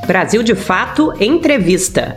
Brasil de Fato Entrevista.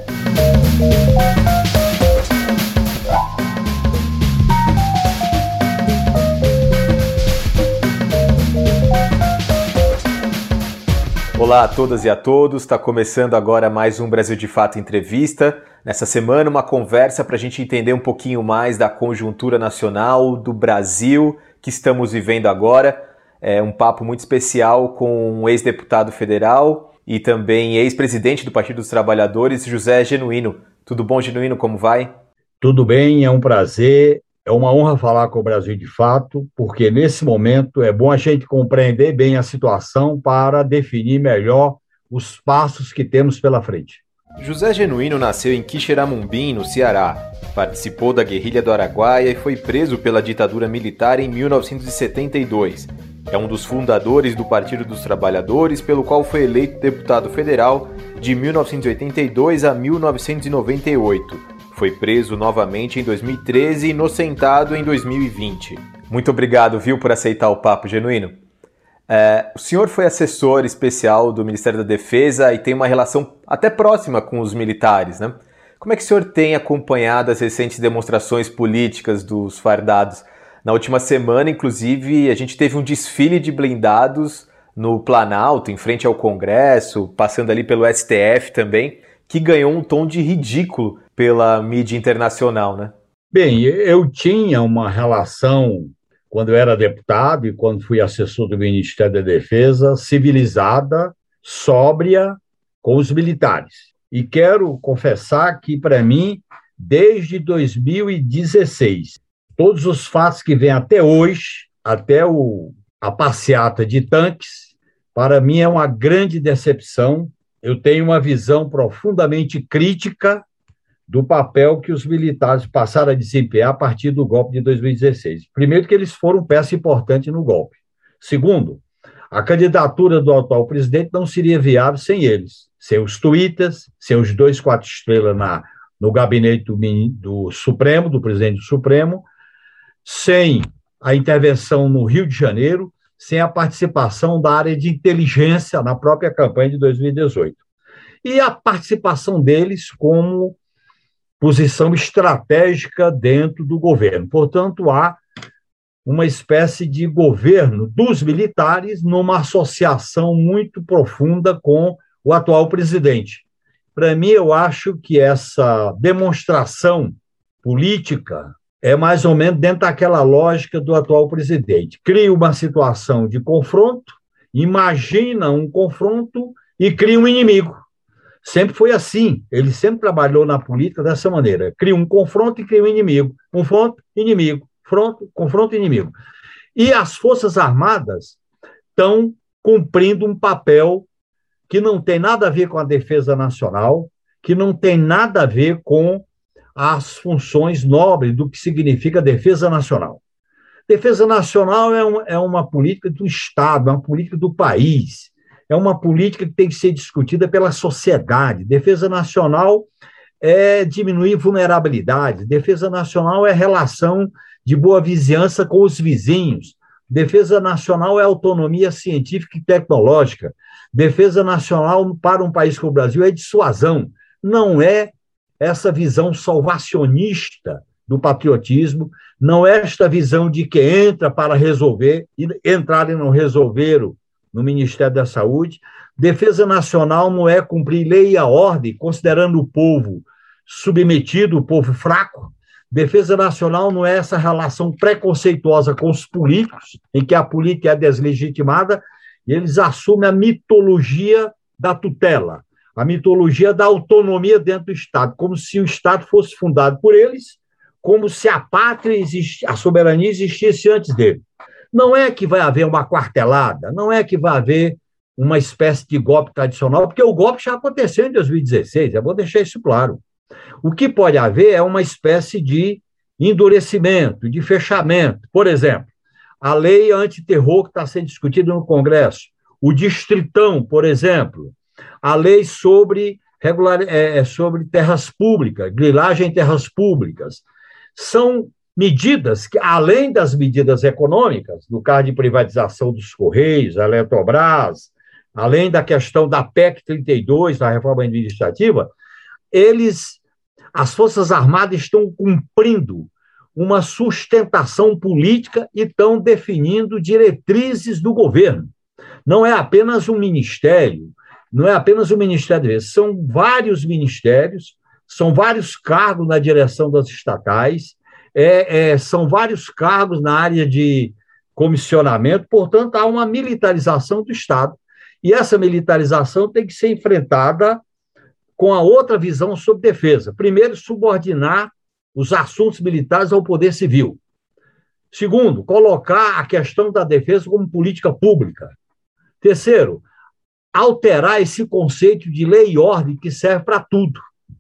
Olá a todas e a todos, está começando agora mais um Brasil de Fato Entrevista. Nessa semana uma conversa para a gente entender um pouquinho mais da conjuntura nacional, do Brasil que estamos vivendo agora. É um papo muito especial com um ex-deputado federal e também ex-presidente do Partido dos Trabalhadores, José Genuíno. Tudo bom, Genuíno? Como vai? Tudo bem, é um prazer, é uma honra falar com o Brasil de Fato, porque nesse momento é bom a gente compreender bem a situação para definir melhor os passos que temos pela frente. José Genuíno nasceu em Quixeramobim, no Ceará. Participou da guerrilha do Araguaia e foi preso pela ditadura militar em 1972. É um dos fundadores do Partido dos Trabalhadores, pelo qual foi eleito deputado federal de 1982 a 1998. Foi preso novamente em 2013 e inocentado em 2020. Muito obrigado, viu, por aceitar o papo, Genuíno. O senhor foi assessor especial do Ministério da Defesa e tem uma relação até próxima com os militares, né? Como é que o senhor tem acompanhado as recentes demonstrações políticas dos fardados? Na última semana, inclusive, a gente teve um desfile de blindados no Planalto, em frente ao Congresso, passando ali pelo STF também, que ganhou um tom de ridículo pela mídia internacional, né? Bem, eu tinha uma relação, quando eu era deputado e quando fui assessor do Ministério da Defesa, civilizada, sóbria, com os militares. E quero confessar que, para mim, desde 2016, todos os fatos que vêm até hoje, até a passeata de tanques, para mim é uma grande decepção. Eu tenho uma visão profundamente crítica do papel que os militares passaram a desempenhar a partir do golpe de 2016. Primeiro, que eles foram peça importante no golpe. Segundo, a candidatura do atual presidente não seria viável sem eles, sem os tuitas, sem os 2 4 estrelas no gabinete do Supremo, do presidente do Supremo, sem a intervenção no Rio de Janeiro, sem a participação da área de inteligência na própria campanha de 2018. E a participação deles como posição estratégica dentro do governo. Portanto, há uma espécie de governo dos militares numa associação muito profunda com o atual presidente. Para mim, eu acho que essa demonstração política é mais ou menos dentro daquela lógica do atual presidente. Cria uma situação de confronto, imagina um confronto e cria um inimigo. Sempre foi assim, ele sempre trabalhou na política dessa maneira. Cria um confronto e cria um inimigo. Confronto, inimigo. Confronto, inimigo. E as Forças Armadas estão cumprindo um papel que não tem nada a ver com a defesa nacional, que não tem nada a ver com as funções nobres do que significa defesa nacional. Defesa nacional é uma política do Estado, é uma política do país, é uma política que tem que ser discutida pela sociedade. Defesa nacional é diminuir vulnerabilidade, defesa nacional é relação de boa vizinhança com os vizinhos, defesa nacional é autonomia científica e tecnológica, defesa nacional para um país como o Brasil é dissuasão, não é essa visão salvacionista do patriotismo, não é esta visão de que entra para resolver, e entrar e não resolveram no Ministério da Saúde. Defesa nacional não é cumprir lei e a ordem, considerando o povo submetido, o povo fraco. Defesa nacional não é essa relação preconceituosa com os políticos, em que a política é deslegitimada, e eles assumem a mitologia da tutela, a mitologia da autonomia dentro do Estado, como se o Estado fosse fundado por eles, como se a pátria, a soberania existisse antes dele. Não é que vai haver uma quartelada, não é que vai haver uma espécie de golpe tradicional, porque o golpe já aconteceu em 2016, é bom deixar isso claro. O que pode haver é uma espécie de endurecimento, de fechamento. Por exemplo, a lei antiterror que está sendo discutida no Congresso, o distritão, por exemplo, a lei sobre terras públicas, grilagem em terras públicas, são medidas que, além das medidas econômicas, no caso de privatização dos Correios, a Eletrobras, além da questão da PEC 32, da reforma administrativa, as Forças Armadas estão cumprindo uma sustentação política e estão definindo diretrizes do governo. Não é apenas um ministério, não é apenas o Ministério da Defesa, são vários ministérios, são vários cargos na direção das estatais, são vários cargos na área de comissionamento, portanto, há uma militarização do Estado. E essa militarização tem que ser enfrentada com a outra visão sobre defesa. Primeiro, subordinar os assuntos militares ao poder civil. Segundo, colocar a questão da defesa como política pública. Terceiro, alterar esse conceito de lei e ordem que serve para tudo.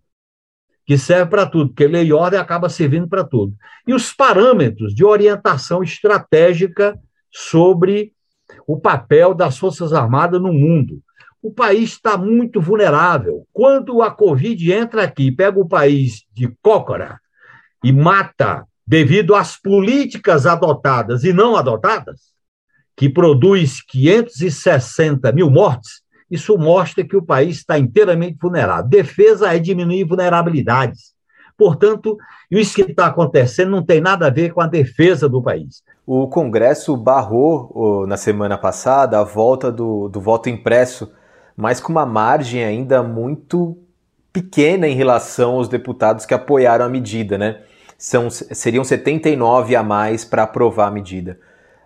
Porque lei e ordem acaba servindo para tudo. E os parâmetros de orientação estratégica sobre o papel das Forças Armadas no mundo. O país está muito vulnerável. Quando a Covid entra aqui, pega o país de cócora e mata devido às políticas adotadas e não adotadas, que produz 560 mil mortes, isso mostra que o país está inteiramente vulnerável. Defesa é diminuir vulnerabilidades. Portanto, isso que está acontecendo não tem nada a ver com a defesa do país. O Congresso barrou, na semana passada, a volta do voto impresso, mas com uma margem ainda muito pequena em relação aos deputados que apoiaram a medida, né? Seriam 79 a mais para aprovar a medida.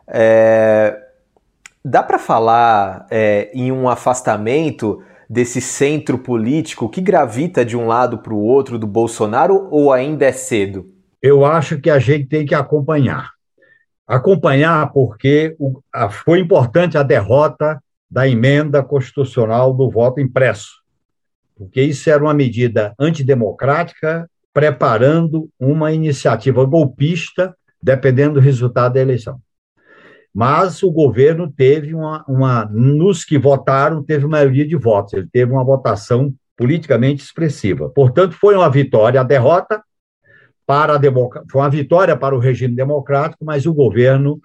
Dá para falar em um afastamento desse centro político que gravita de um lado para o outro do Bolsonaro, ou ainda é cedo? Eu acho que a gente tem que acompanhar. Acompanhar porque foi importante a derrota da emenda constitucional do voto impresso, porque isso era uma medida antidemocrática, preparando uma iniciativa golpista, dependendo do resultado da eleição. Mas o governo teve nos que votaram, teve maioria de votos, ele teve uma votação politicamente expressiva. Portanto, foi uma vitória. A derrota foi uma vitória para o regime democrático, mas o governo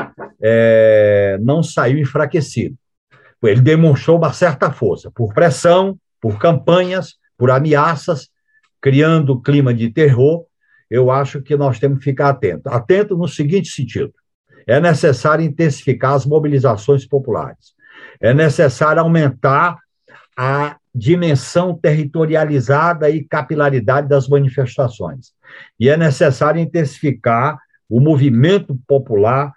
não saiu enfraquecido. Ele demonstrou uma certa força, por pressão, por campanhas, por ameaças, criando clima de terror. Eu acho que nós temos que ficar atentos. Atento no seguinte sentido: é necessário intensificar as mobilizações populares. É necessário aumentar a dimensão territorializada e capilaridade das manifestações. E é necessário intensificar o movimento popular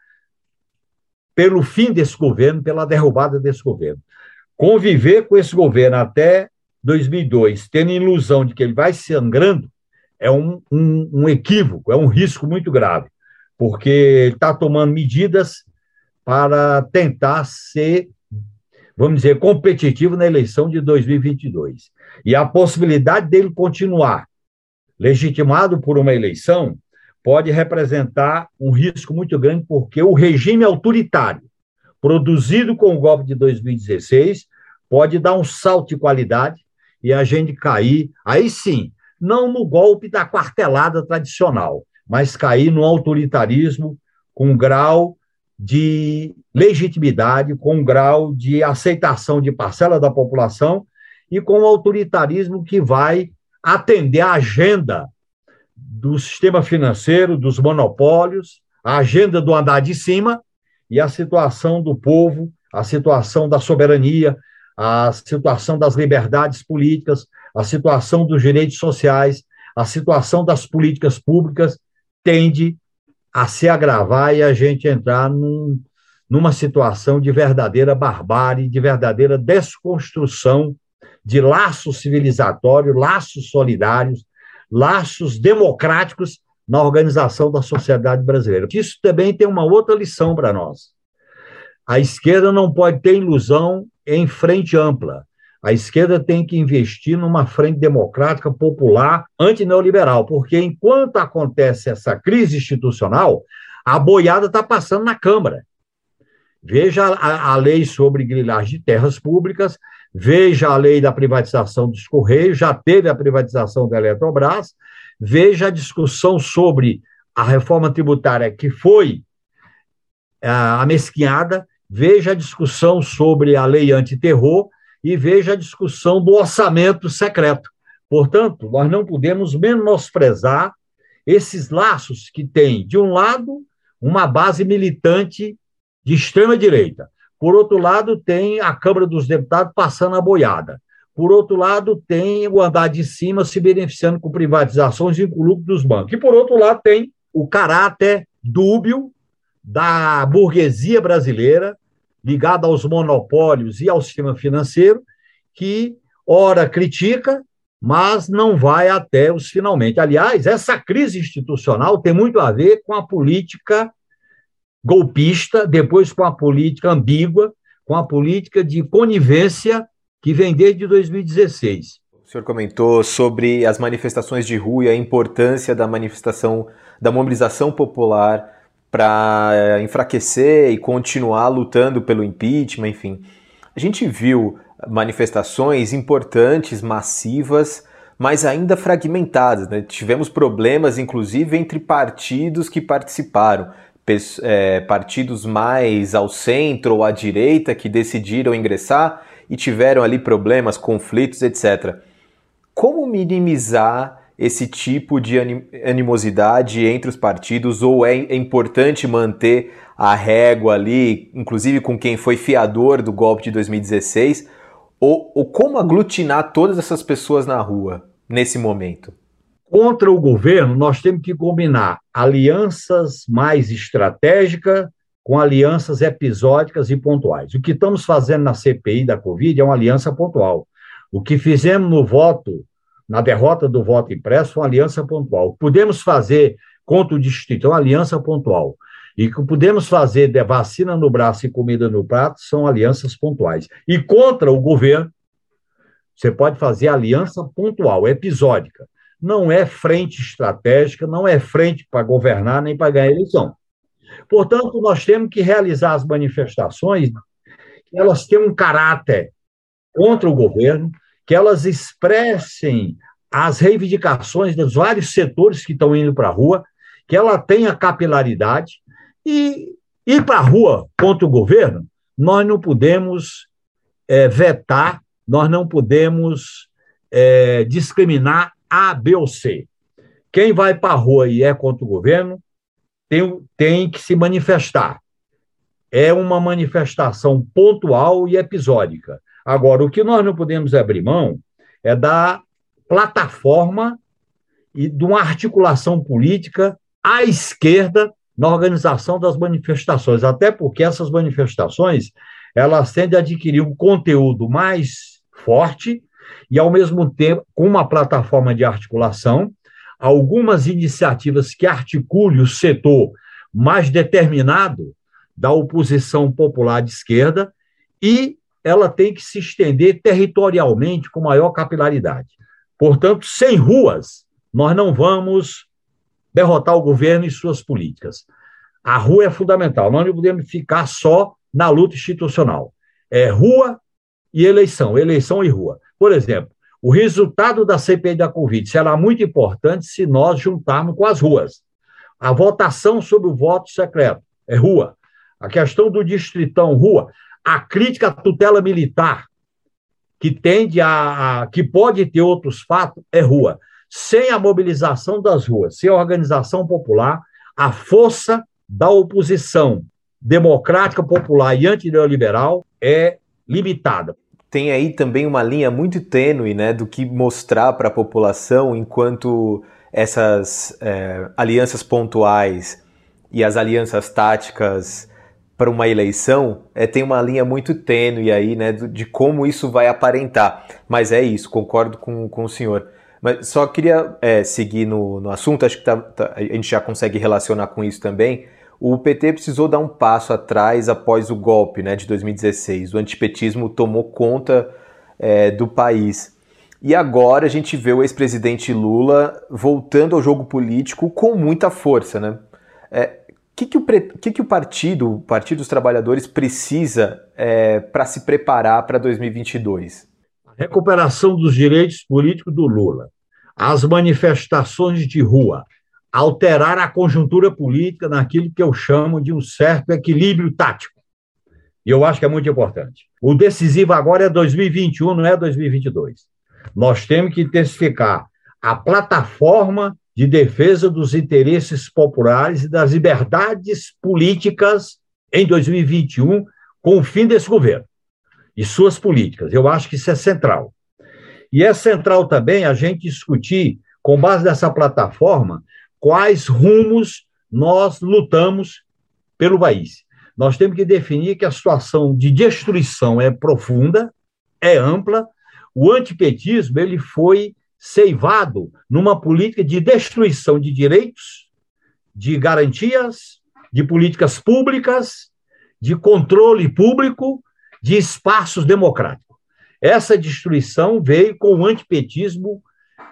pelo fim desse governo, pela derrubada desse governo. Conviver com esse governo até 2002, tendo a ilusão de que ele vai sangrando, é um equívoco, é um risco muito grave, porque ele está tomando medidas para tentar ser, vamos dizer, competitivo na eleição de 2022. E a possibilidade dele continuar legitimado por uma eleição pode representar um risco muito grande, porque o regime autoritário produzido com o golpe de 2016 pode dar um salto de qualidade e a gente cair, aí sim, não no golpe da quartelada tradicional, mas cair no autoritarismo com um grau de legitimidade, com um grau de aceitação de parcela da população e com um autoritarismo que vai atender à agenda do sistema financeiro, dos monopólios, a agenda do andar de cima e a situação do povo, a situação da soberania, a situação das liberdades políticas, a situação dos direitos sociais, a situação das políticas públicas tende a se agravar e a gente entrar numa situação de verdadeira barbárie, de verdadeira desconstrução de laços civilizatórios, laços solidários, laços democráticos na organização da sociedade brasileira. Isso também tem uma outra lição para nós. A esquerda não pode ter ilusão em frente ampla. A esquerda tem que investir numa frente democrática, popular, antineoliberal, porque enquanto acontece essa crise institucional, a boiada está passando na Câmara. Veja a lei sobre grilagem de terras públicas, veja a lei da privatização dos Correios, já teve a privatização da Eletrobras, veja a discussão sobre a reforma tributária que foi amesquinhada, veja a discussão sobre a lei antiterror e veja a discussão do orçamento secreto. Portanto, nós não podemos menosprezar esses laços que tem, de um lado, uma base militante de extrema-direita. Por outro lado, tem a Câmara dos Deputados passando a boiada. Por outro lado, tem o andar de cima se beneficiando com privatizações e com o lucro dos bancos. E, por outro lado, tem o caráter dúbio da burguesia brasileira, ligada aos monopólios e ao sistema financeiro, que, ora, critica, mas não vai até os finalmente. Aliás, essa crise institucional tem muito a ver com a política golpista, depois com a política ambígua, com a política de conivência que vem desde 2016. O senhor comentou sobre as manifestações de rua e a importância da manifestação, da mobilização popular para enfraquecer e continuar lutando pelo impeachment, enfim. A gente viu manifestações importantes, massivas, mas ainda fragmentadas, né? Tivemos problemas, inclusive, entre partidos que participaram. Partidos mais ao centro ou à direita que decidiram ingressar e tiveram ali problemas, conflitos, etc. Como minimizar esse tipo de animosidade entre os partidos, ou é importante manter a régua ali, inclusive com quem foi fiador do golpe de 2016, ou como aglutinar todas essas pessoas na rua nesse momento? Contra o governo, nós temos que combinar alianças mais estratégicas com alianças episódicas e pontuais. O que estamos fazendo na CPI da Covid é uma aliança pontual. O que fizemos no voto, na derrota do voto impresso, foi uma aliança pontual. O que podemos fazer contra o distrito é uma aliança pontual. E o que podemos fazer de vacina no braço e comida no prato são alianças pontuais. E contra o governo, você pode fazer aliança pontual, episódica. Não é frente estratégica, não é frente para governar nem para ganhar eleição. Portanto, nós temos que realizar as manifestações, que elas tenham um caráter contra o governo, que elas expressem as reivindicações dos vários setores que estão indo para a rua, que ela tenha capilaridade, e ir para a rua contra o governo, nós não podemos vetar, nós não podemos discriminar A, B ou C. Quem vai para a rua e é contra o governo tem que se manifestar. É uma manifestação pontual e episódica. Agora, o que nós não podemos abrir mão é da plataforma e de uma articulação política à esquerda na organização das manifestações, até porque essas manifestações elas tendem a adquirir um conteúdo mais forte e, ao mesmo tempo, com uma plataforma de articulação, algumas iniciativas que articulem o setor mais determinado da oposição popular de esquerda, e ela tem que se estender territorialmente com maior capilaridade. Portanto, sem ruas, nós não vamos derrotar o governo e suas políticas. A rua é fundamental, nós não podemos ficar só na luta institucional. É rua e eleição, eleição e rua. Por exemplo, o resultado da CPI da Covid será muito importante se nós juntarmos com as ruas. A votação sobre o voto secreto é rua. A questão do distritão, rua. A crítica à tutela militar, que que pode ter outros fatos, é rua. Sem a mobilização das ruas, sem a organização popular, a força da oposição democrática, popular e antineoliberal é limitada. Tem aí também uma linha muito tênue, né, do que mostrar para a população, enquanto essas alianças pontuais e as alianças táticas para uma eleição, tem uma linha muito tênue aí, né, de como isso vai aparentar. Mas é isso, concordo com o senhor. Mas só queria seguir no assunto, acho que a gente já consegue relacionar com isso também. O PT precisou dar um passo atrás após o golpe, né, de 2016. O antipetismo tomou conta do país. E agora a gente vê o ex-presidente Lula voltando ao jogo político com muita força, né? O Partido dos Trabalhadores precisa para se preparar para 2022? Recuperação dos direitos políticos do Lula, as manifestações de rua, alterar a conjuntura política naquilo que eu chamo de um certo equilíbrio tático. E eu acho que é muito importante. O decisivo agora é 2021, não é 2022. Nós temos que intensificar a plataforma de defesa dos interesses populares e das liberdades políticas em 2021, com o fim desse governo e suas políticas. Eu acho que isso é central. E é central também a gente discutir, com base nessa plataforma, quais rumos nós lutamos pelo país. Nós temos que definir que a situação de destruição é profunda, é ampla. O antipetismo ele foi ceivado numa política de destruição de direitos, de garantias, de políticas públicas, de controle público, de espaços democráticos. Essa destruição veio com o antipetismo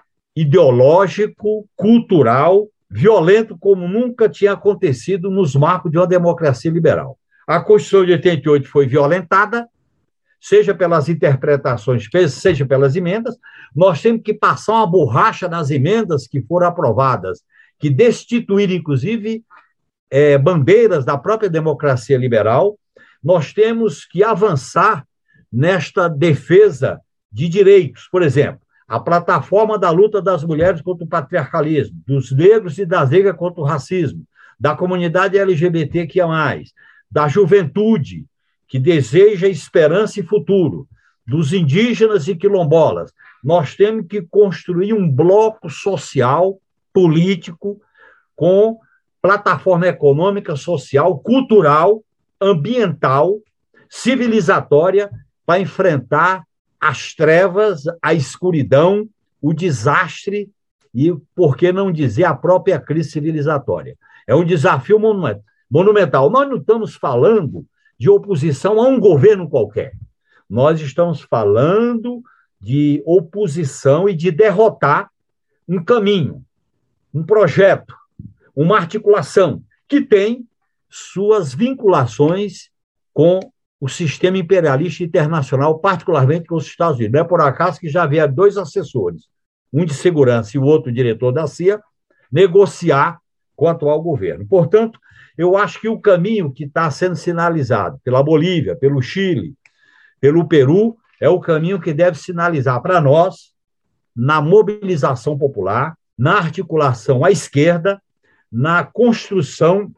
ideológico, cultural, violento, como nunca tinha acontecido nos marcos de uma democracia liberal. A Constituição de 88 foi violentada, seja pelas interpretações, seja pelas emendas. Nós temos que passar uma borracha nas emendas que foram aprovadas, que destituíram, inclusive, bandeiras da própria democracia liberal. Nós temos que avançar nesta defesa de direitos. Por exemplo, a plataforma da luta das mulheres contra o patriarcalismo, dos negros e das negras contra o racismo, da comunidade LGBTQIA+, da juventude, que deseja esperança e futuro, dos indígenas e quilombolas. Nós temos que construir um bloco social, político, com plataforma econômica, social, cultural, ambiental, civilizatória, para enfrentar as trevas, a escuridão, o desastre e, por que não dizer, a própria crise civilizatória. É um desafio monumental. Nós não estamos falando de oposição a um governo qualquer. Nós estamos falando de oposição e de derrotar um caminho, um projeto, uma articulação que tem suas vinculações com o sistema imperialista internacional, particularmente com os Estados Unidos. Não é por acaso que já vieram 2 assessores, um de segurança e o outro diretor da CIA, negociar com o atual governo. Portanto, eu acho que o caminho que está sendo sinalizado pela Bolívia, pelo Chile, pelo Peru, é o caminho que deve sinalizar para nós, na mobilização popular, na articulação à esquerda, na construção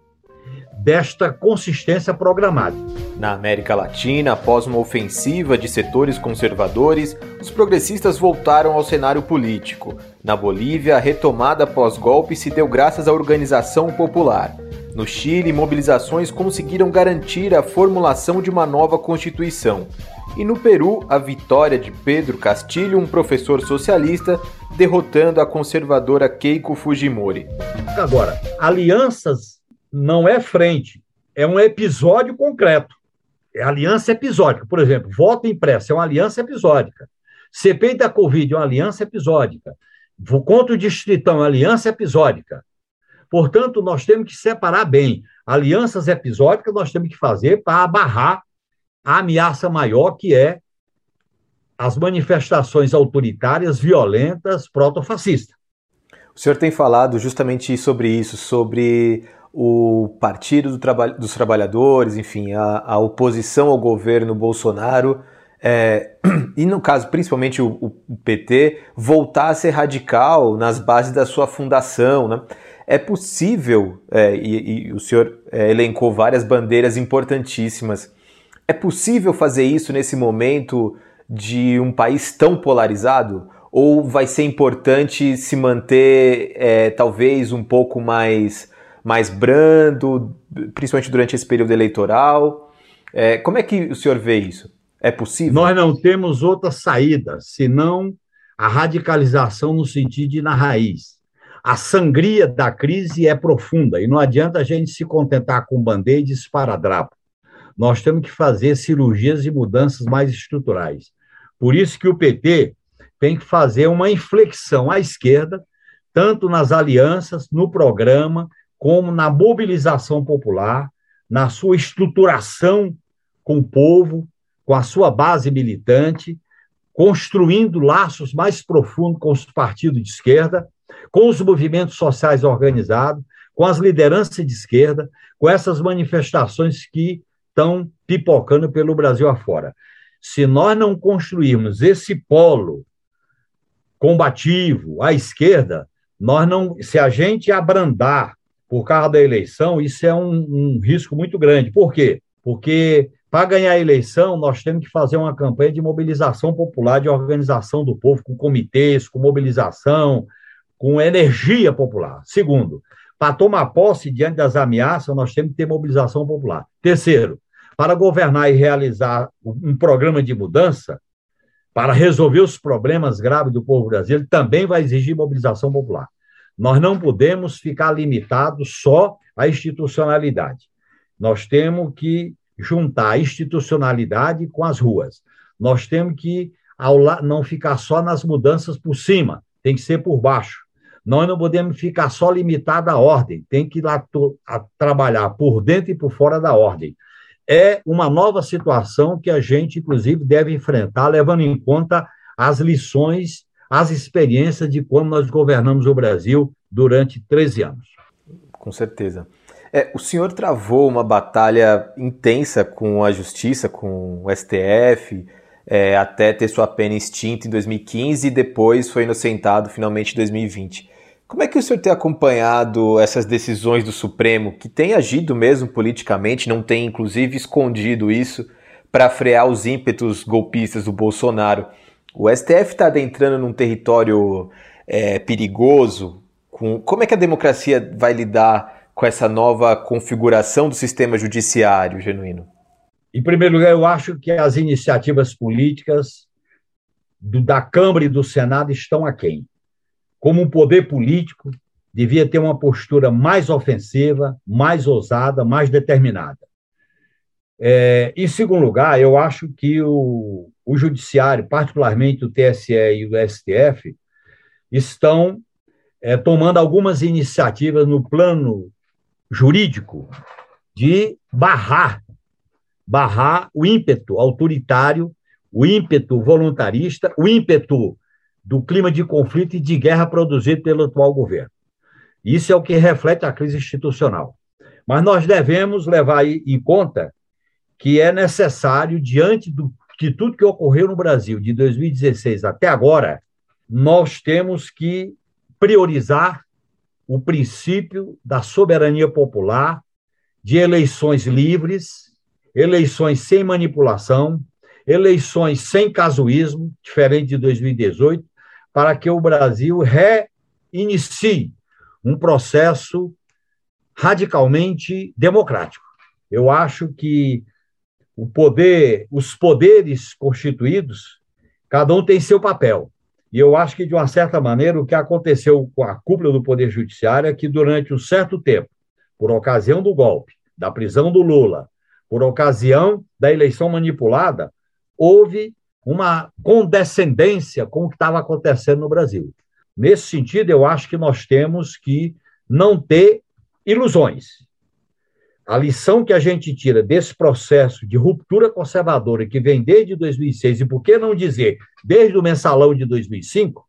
desta consistência programática. Na América Latina, após uma ofensiva de setores conservadores, os progressistas voltaram ao cenário político. Na Bolívia, a retomada pós-golpe se deu graças à organização popular. No Chile, mobilizações conseguiram garantir a formulação de uma nova Constituição. E no Peru, a vitória de Pedro Castillo, um professor socialista, derrotando a conservadora Keiko Fujimori. Agora, alianças não é frente, é um episódio concreto. É aliança episódica. Por exemplo, voto impresso é uma aliança episódica. CPI da Covid é uma aliança episódica. Contra o Distritão é uma aliança episódica. Portanto, nós temos que separar bem. Alianças episódicas nós temos que fazer para abarrar a ameaça maior, que é as manifestações autoritárias, violentas, proto-fascistas. O senhor tem falado justamente sobre isso, sobre o Partido dos Trabalhadores, enfim, a oposição ao governo Bolsonaro, e no caso, principalmente o PT, voltar a ser radical nas bases da sua fundação, né? É possível, e o senhor elencou várias bandeiras importantíssimas, é possível fazer isso nesse momento de um país tão polarizado? Ou vai ser importante se manter, talvez, um pouco mais brando, principalmente durante esse período eleitoral? Como é que o senhor vê isso? É possível? Nós não temos outra saída, senão a radicalização no sentido de na raiz. A sangria da crise é profunda e não adianta a gente se contentar com band-aid e esparadrapo. Nós temos que fazer cirurgias e mudanças mais estruturais. Por isso que o PT tem que fazer uma inflexão à esquerda, tanto nas alianças, no programa, como na mobilização popular, na sua estruturação com o povo, com a sua base militante, construindo laços mais profundos com os partidos de esquerda, com os movimentos sociais organizados, com as lideranças de esquerda, com essas manifestações que estão pipocando pelo Brasil afora. Se nós não construirmos esse polo combativo à esquerda, se a gente abrandar por causa da eleição, isso é um risco muito grande. Por quê? Porque para ganhar a eleição, nós temos que fazer uma campanha de mobilização popular, de organização do povo, com comitês, com mobilização, com energia popular. Segundo, para tomar posse diante das ameaças, nós temos que ter mobilização popular. Terceiro, para governar e realizar um programa de mudança, para resolver os problemas graves do povo brasileiro, também vai exigir mobilização popular. Nós não podemos ficar limitados só à institucionalidade. Nós temos que juntar a institucionalidade com as ruas. Nós temos que não ficar só nas mudanças por cima, tem que ser por baixo. Nós não podemos ficar só limitado à ordem, tem que ir lá trabalhar por dentro e por fora da ordem. É uma nova situação que a gente, inclusive, deve enfrentar, levando em conta as lições, as experiências de como nós governamos o Brasil durante 13 anos. Com certeza. O senhor travou uma batalha intensa com a Justiça, com o STF, até ter sua pena extinta em 2015 e depois foi inocentado finalmente em 2020. Como é que o senhor tem acompanhado essas decisões do Supremo, que tem agido mesmo politicamente, não tem inclusive escondido isso, para frear os ímpetos golpistas do Bolsonaro? O STF está adentrando num território perigoso. Como é que a democracia vai lidar com essa nova configuração do sistema judiciário, Genuíno? Em primeiro lugar, eu acho que as iniciativas políticas da Câmara e do Senado estão aquém. Como um poder político, devia ter uma postura mais ofensiva, mais ousada, mais determinada. Em segundo lugar, eu acho que o Judiciário, particularmente o TSE e o STF, estão tomando algumas iniciativas no plano jurídico de barrar o ímpeto autoritário, o ímpeto voluntarista, o ímpeto do clima de conflito e de guerra produzido pelo atual governo. Isso é o que reflete a crise institucional. Mas nós devemos levar em conta que é necessário, diante de tudo que ocorreu no Brasil de 2016 até agora, nós temos que priorizar o princípio da soberania popular, de eleições livres, eleições sem manipulação, eleições sem casuísmo, diferente de 2018, para que o Brasil reinicie um processo radicalmente democrático. Eu acho que os poderes constituídos, cada um tem seu papel. E eu acho que, de uma certa maneira, o que aconteceu com a cúpula do Poder Judiciário é que, durante um certo tempo, por ocasião do golpe, da prisão do Lula, por ocasião da eleição manipulada, houve uma condescendência com o que estava acontecendo no Brasil. Nesse sentido, eu acho que nós temos que não ter ilusões. A lição que a gente tira desse processo de ruptura conservadora que vem desde 2006, e por que não dizer desde o mensalão de 2005,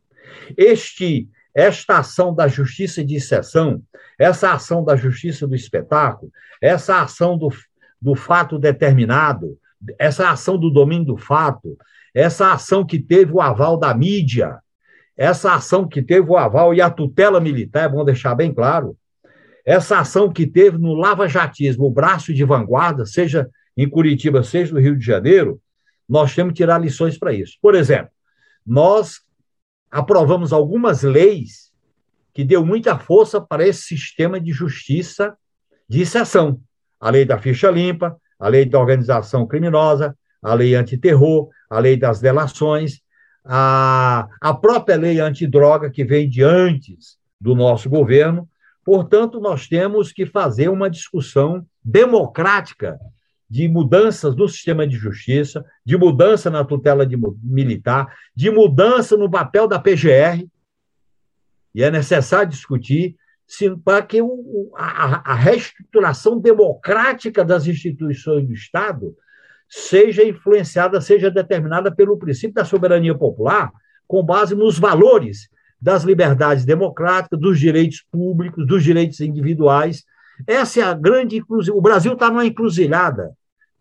esta ação da justiça de exceção, essa ação da justiça do espetáculo, essa ação do fato determinado, essa ação do domínio do fato, essa ação que teve o aval da mídia, essa ação que teve o aval e a tutela militar, é bom deixar bem claro, essa ação que teve no lava-jatismo, o braço de vanguarda, seja em Curitiba, seja no Rio de Janeiro, nós temos que tirar lições para isso. Por exemplo, nós aprovamos algumas leis que deu muita força para esse sistema de justiça de exceção. A lei da ficha limpa, a lei da organização criminosa, a lei antiterror, a lei das delações, a própria lei antidroga, que vem de antes do nosso governo. Portanto, nós temos que fazer uma discussão democrática de mudanças no sistema de justiça, de mudança na tutela militar, de mudança no papel da PGR, e é necessário discutir para que a reestruturação democrática das instituições do Estado seja influenciada, seja determinada pelo princípio da soberania popular, com base nos valores das liberdades democráticas, dos direitos públicos, dos direitos individuais. Essa é a grande encruzilhada. O Brasil está numa encruzilhada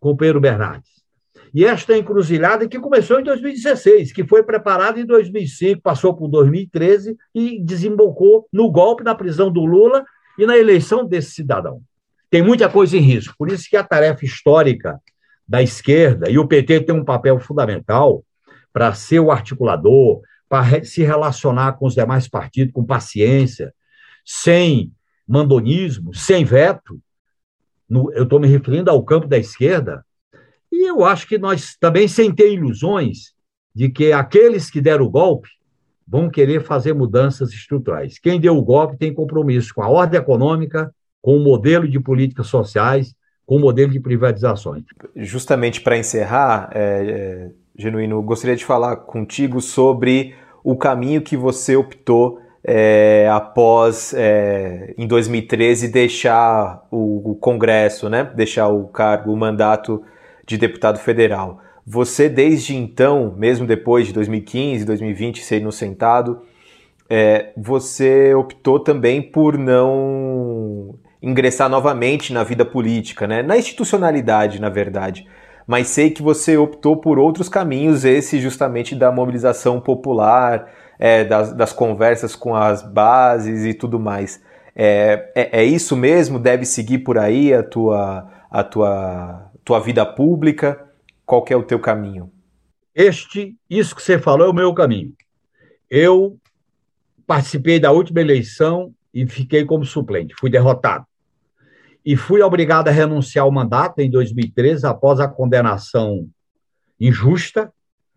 companheiro Bernardes. E esta encruzilhada que começou em 2016, que foi preparada em 2005, passou por 2013 e desembocou no golpe, na prisão do Lula e na eleição desse cidadão. Tem muita coisa em risco, por isso que a tarefa histórica da esquerda, e o PT tem um papel fundamental para ser o articulador, para se relacionar com os demais partidos com paciência, sem mandonismo, sem veto. Eu estou me referindo ao campo da esquerda, e eu acho que nós também, sem ter ilusões de que aqueles que deram o golpe vão querer fazer mudanças estruturais. Quem deu o golpe tem compromisso com a ordem econômica, com o modelo de políticas sociais, com o modelo de privatizações. Justamente para encerrar, Genuíno, gostaria de falar contigo sobre o caminho que você optou após, em 2013, deixar o Congresso, né? Deixar o cargo, o mandato de deputado federal. Você, desde então, mesmo depois de 2015, 2020, ser inocentado, você optou também por não ingressar novamente na vida política, né? Na institucionalidade, na verdade. Mas sei que você optou por outros caminhos, esse justamente da mobilização popular, das conversas com as bases e tudo mais. É isso mesmo? Deve seguir por aí a tua vida pública? Qual que é o teu caminho? Isso que você falou é o meu caminho. Eu participei da última eleição e fiquei como suplente, fui derrotado. E fui obrigado a renunciar ao mandato em 2013, após a condenação injusta,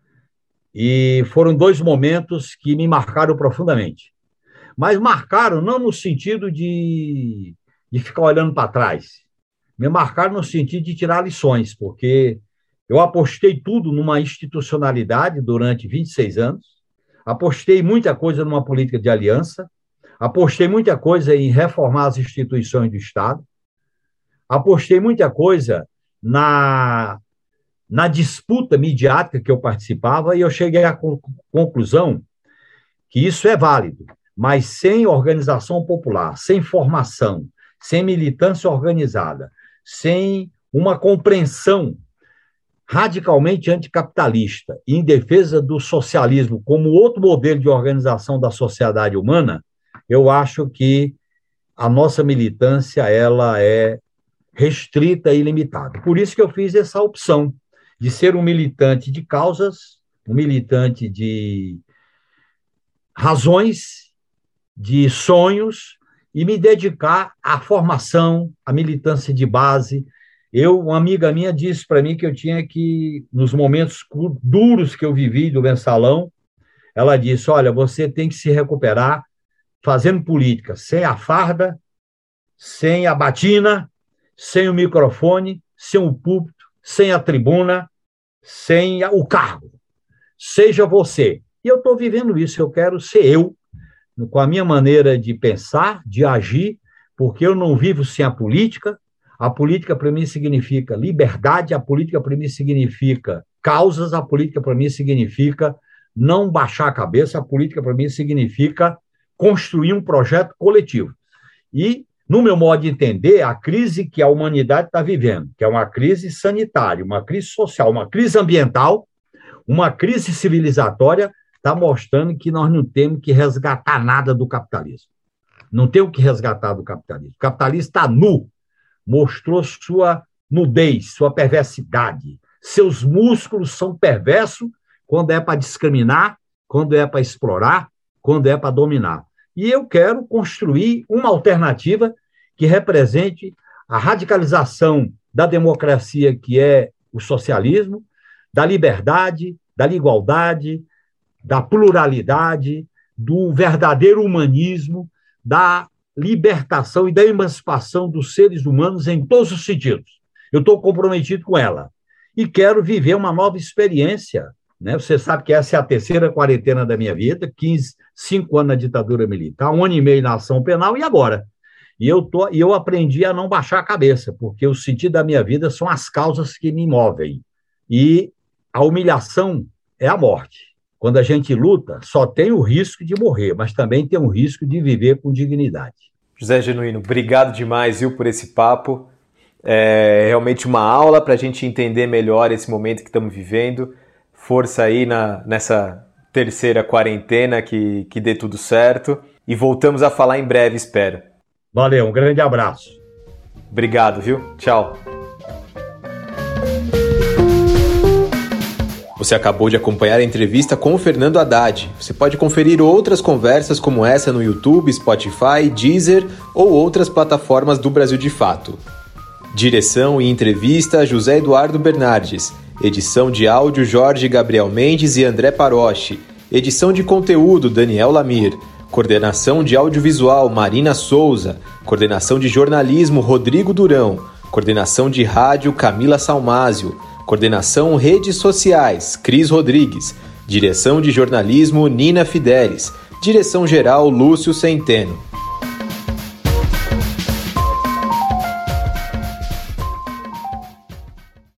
e foram 2 momentos que me marcaram profundamente. Mas marcaram não no sentido de ficar olhando para trás, me marcaram no sentido de tirar lições, porque eu apostei tudo numa institucionalidade durante 26 anos, apostei muita coisa numa política de aliança, apostei muita coisa em reformar as instituições do Estado, apostei muita coisa na disputa midiática que eu participava e eu cheguei à conclusão que isso é válido, mas sem organização popular, sem formação, sem militância organizada, sem uma compreensão radicalmente anticapitalista e em defesa do socialismo como outro modelo de organização da sociedade humana, eu acho que a nossa militância ela é restrita e limitada. Por isso que eu fiz essa opção de ser um militante de causas, um militante de razões, de sonhos, e me dedicar à formação, à militância de base. Uma amiga minha disse para mim que eu tinha que, nos momentos duros que eu vivi do mensalão, ela disse, olha, você tem que se recuperar fazendo política, sem a farda, sem a batina, sem o microfone, sem o púlpito, sem a tribuna, sem o cargo. Seja você. E eu estou vivendo isso, eu quero ser eu, com a minha maneira de pensar, de agir, porque eu não vivo sem a política. A política para mim significa liberdade, a política para mim significa causas, a política para mim significa não baixar a cabeça, a política para mim significa construir um projeto coletivo. E, no meu modo de entender, a crise que a humanidade está vivendo, que é uma crise sanitária, uma crise social, uma crise ambiental, uma crise civilizatória, está mostrando que nós não temos que resgatar nada do capitalismo. Não temos que resgatar do capitalismo. O capitalismo está nu, mostrou sua nudez, sua perversidade. Seus músculos são perversos quando é para discriminar, quando é para explorar, quando é para dominar. E eu quero construir uma alternativa que represente a radicalização da democracia, que é o socialismo, da liberdade, da igualdade, da pluralidade, do verdadeiro humanismo, da libertação e da emancipação dos seres humanos em todos os sentidos. Eu estou comprometido com ela e quero viver uma nova experiência, né? Você sabe que essa é a 3ª quarentena da minha vida, 5 anos na ditadura militar, 1 ano e meio na ação penal e agora. E eu aprendi a não baixar a cabeça, porque o sentido da minha vida são as causas que me movem. E a humilhação é a morte. Quando a gente luta, só tem o risco de morrer, mas também tem o risco de viver com dignidade. José Genuíno, obrigado demais, viu, por esse papo. É realmente uma aula para a gente entender melhor esse momento que estamos vivendo. Força aí nessa terceira quarentena, que dê tudo certo. E voltamos a falar em breve, espero. Valeu, um grande abraço. Obrigado, viu? Tchau. Você acabou de acompanhar a entrevista com o Fernando Haddad. Você pode conferir outras conversas como essa no YouTube, Spotify, Deezer ou outras plataformas do Brasil de Fato. Direção e entrevista, José Eduardo Bernardes. Edição de áudio, Jorge Gabriel Mendes e André Paroche. Edição de conteúdo, Daniel Lamir. Coordenação de audiovisual, Marina Souza. Coordenação de jornalismo, Rodrigo Durão. Coordenação de rádio, Camila Salmásio. Coordenação redes sociais, Cris Rodrigues. Direção de jornalismo, Nina Fidelis. Direção geral, Lúcio Centeno.